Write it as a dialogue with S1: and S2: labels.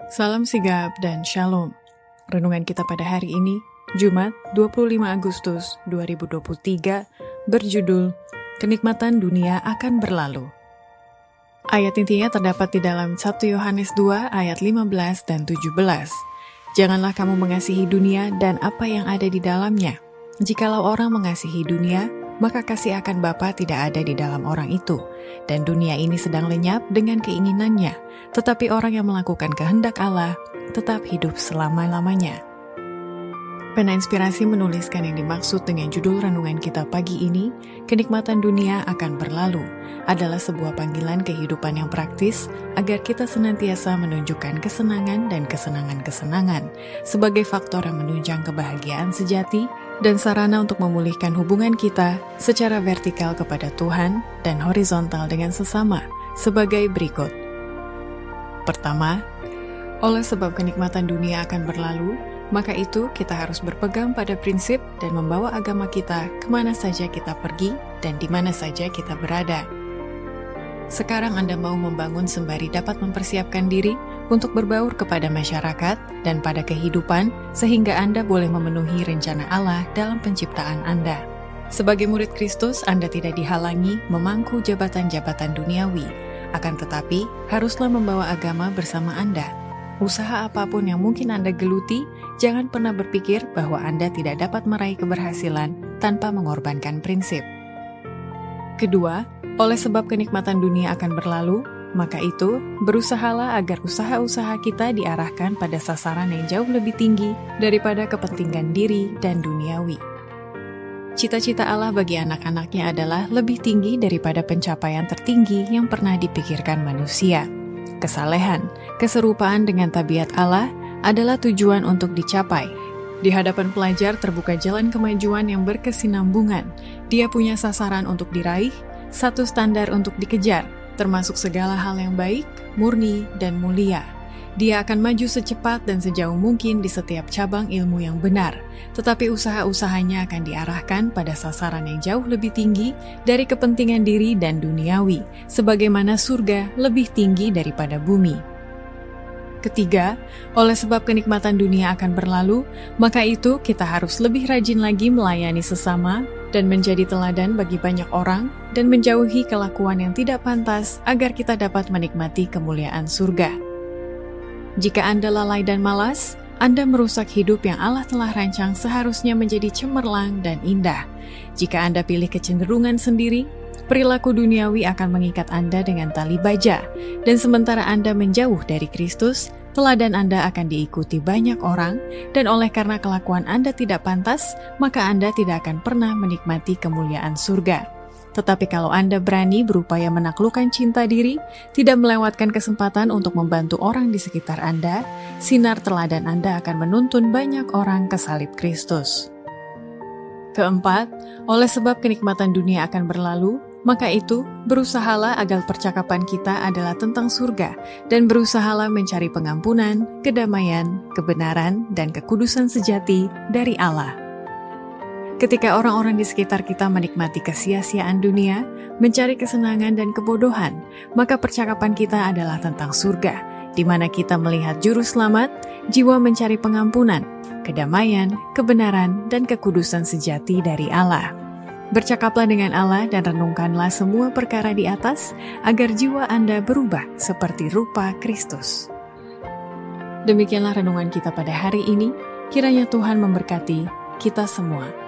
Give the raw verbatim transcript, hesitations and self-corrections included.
S1: Salam sigap dan shalom. Renungan kita pada hari ini, Jumat dua puluh lima Agustus dua ribu dua puluh tiga, berjudul Kenikmatan Dunia Akan Berlalu. Ayat intinya terdapat di dalam satu Yohanes dua ayat lima belas dan tujuh belas. Janganlah kamu mengasihi dunia dan apa yang ada di dalamnya. Jikalau orang mengasihi dunia, maka kasih akan Bapa tidak ada di dalam orang itu. Dan dunia ini sedang lenyap dengan keinginannya, tetapi orang yang melakukan kehendak Allah tetap hidup selama-lamanya. Pena Inspirasi menuliskan yang dimaksud dengan judul renungan kita pagi ini, Kenikmatan Dunia Akan Berlalu, adalah sebuah panggilan kehidupan yang praktis agar kita senantiasa menunjukkan kesenangan dan kesenangan-kesenangan sebagai faktor yang menunjang kebahagiaan sejati dan sarana untuk memulihkan hubungan kita secara vertikal kepada Tuhan dan horizontal dengan sesama sebagai berikut. Pertama, oleh sebab kenikmatan dunia akan berlalu, maka itu kita harus berpegang pada prinsip dan membawa agama kita kemana saja kita pergi dan di mana saja kita berada. Sekarang Anda mau membangun sembari dapat mempersiapkan diri untuk berbaur kepada masyarakat dan pada kehidupan sehingga Anda boleh memenuhi rencana Allah dalam penciptaan Anda. Sebagai murid Kristus, Anda tidak dihalangi memangku jabatan-jabatan duniawi, akan tetapi haruslah membawa agama bersama Anda. Usaha apapun yang mungkin Anda geluti, jangan pernah berpikir bahwa Anda tidak dapat meraih keberhasilan tanpa mengorbankan prinsip. Kedua, oleh sebab kenikmatan dunia akan berlalu, maka itu berusahalah agar usaha-usaha kita diarahkan pada sasaran yang jauh lebih tinggi daripada kepentingan diri dan duniawi. Cita-cita Allah bagi anak-anaknya adalah lebih tinggi daripada pencapaian tertinggi yang pernah dipikirkan manusia. Kesalehan, keserupaan dengan tabiat Allah adalah tujuan untuk dicapai. Di hadapan pelajar terbuka jalan kemajuan yang berkesinambungan. Dia punya sasaran untuk diraih, satu standar untuk dikejar, termasuk segala hal yang baik, murni, dan mulia. Dia akan maju secepat dan sejauh mungkin di setiap cabang ilmu yang benar, tetapi usaha-usahanya akan diarahkan pada sasaran yang jauh lebih tinggi dari kepentingan diri dan duniawi, sebagaimana surga lebih tinggi daripada bumi. Ketiga, oleh sebab kenikmatan dunia akan berlalu, maka itu kita harus lebih rajin lagi melayani sesama dan menjadi teladan bagi banyak orang dan menjauhi kelakuan yang tidak pantas agar kita dapat menikmati kemuliaan surga. Jika Anda lalai dan malas, Anda merusak hidup yang Allah telah rancang seharusnya menjadi cemerlang dan indah. Jika Anda pilih kecenderungan sendiri, perilaku duniawi akan mengikat Anda dengan tali baja, dan sementara Anda menjauh dari Kristus, teladan Anda akan diikuti banyak orang, dan oleh karena kelakuan Anda tidak pantas, maka Anda tidak akan pernah menikmati kemuliaan surga. Tetapi kalau Anda berani berupaya menaklukkan cinta diri, tidak melewatkan kesempatan untuk membantu orang di sekitar Anda, sinar teladan Anda akan menuntun banyak orang ke salib Kristus. Keempat, oleh sebab kenikmatan dunia akan berlalu, maka itu berusahalah agar percakapan kita adalah tentang surga dan berusahalah mencari pengampunan, kedamaian, kebenaran, dan kekudusan sejati dari Allah. Ketika orang-orang di sekitar kita menikmati kesia-siaan dunia, mencari kesenangan dan kebodohan, maka percakapan kita adalah tentang surga, di mana kita melihat juru selamat, jiwa mencari pengampunan, kedamaian, kebenaran, dan kekudusan sejati dari Allah. Bercakaplah dengan Allah dan renungkanlah semua perkara di atas, agar jiwa Anda berubah seperti rupa Kristus. Demikianlah renungan kita pada hari ini, kiranya Tuhan memberkati kita semua.